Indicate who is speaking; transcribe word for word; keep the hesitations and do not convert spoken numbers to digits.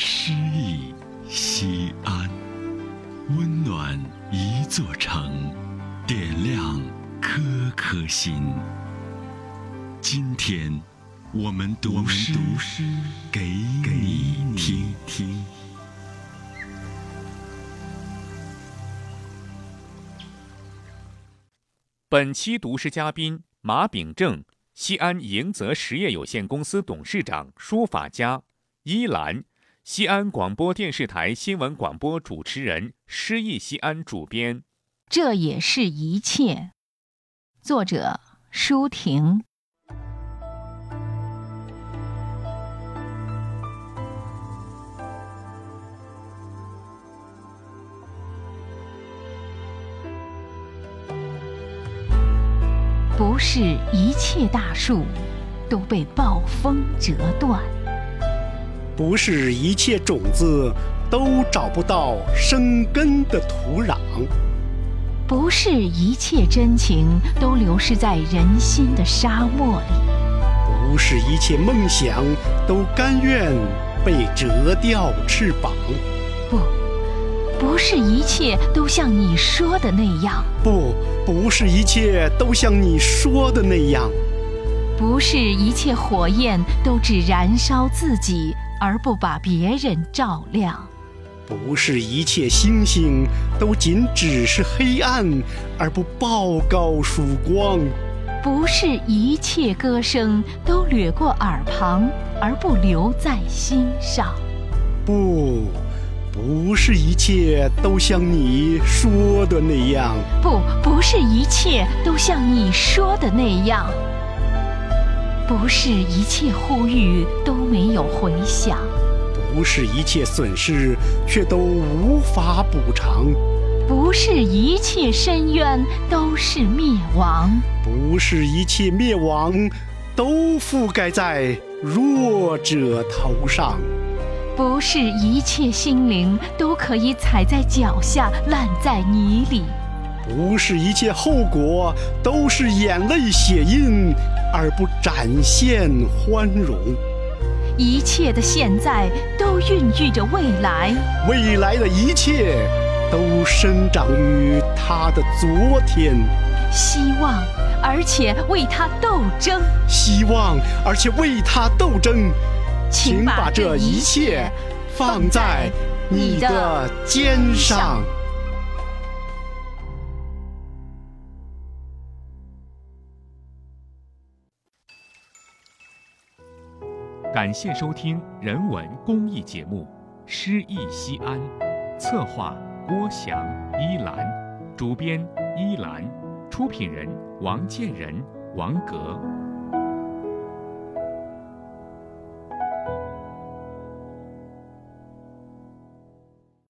Speaker 1: 诗意西安，温暖一座城，点亮颗颗心。今天我们读诗给你听听。
Speaker 2: 本期读诗嘉宾马秉正，西安迎泽实业有限公司董事长、书法家；依兰，西安广播电视台新闻广播主持人，诗意西安主编。
Speaker 3: 这也是一切。作者舒婷。不是一切大树都被暴风折断，
Speaker 4: 不是一切种子都找不到生根的土壤，
Speaker 3: 不是一切真情都流失在人心的沙漠里，
Speaker 4: 不是一切梦想都甘愿被折掉翅膀，
Speaker 3: 不，不是一切都像你说的那样，
Speaker 4: 不，不是一切都像你说的那样，
Speaker 3: 不是一切火焰都只燃烧自己而不把别人照亮，
Speaker 4: 不是一切星星都仅只是黑暗而不报告曙光，
Speaker 3: 不是一切歌声都掠过耳旁而不留在心上，
Speaker 4: 不，不是一切都像你说的那样，
Speaker 3: 不，不是一切都像你说的那样，不是一切呼吁都没有回响，
Speaker 4: 不是一切损失却都无法补偿，
Speaker 3: 不是一切深渊都是灭亡，
Speaker 4: 不是一切灭亡都覆盖在弱者头上，
Speaker 3: 不是一切心灵都可以踩在脚下烂在泥里，
Speaker 4: 不是一切后果都是眼泪血印而不展现欢容，
Speaker 3: 一切的现在都孕育着未来，
Speaker 4: 未来的一切都生长于他的昨天，
Speaker 3: 希望而且为他斗争，
Speaker 4: 希望而且为他斗争，请把这一切放在你的肩上。
Speaker 2: 感谢收听人文公益节目《诗意西安》，策划郭翔、依兰，主编依兰，出品人王建仁、王格。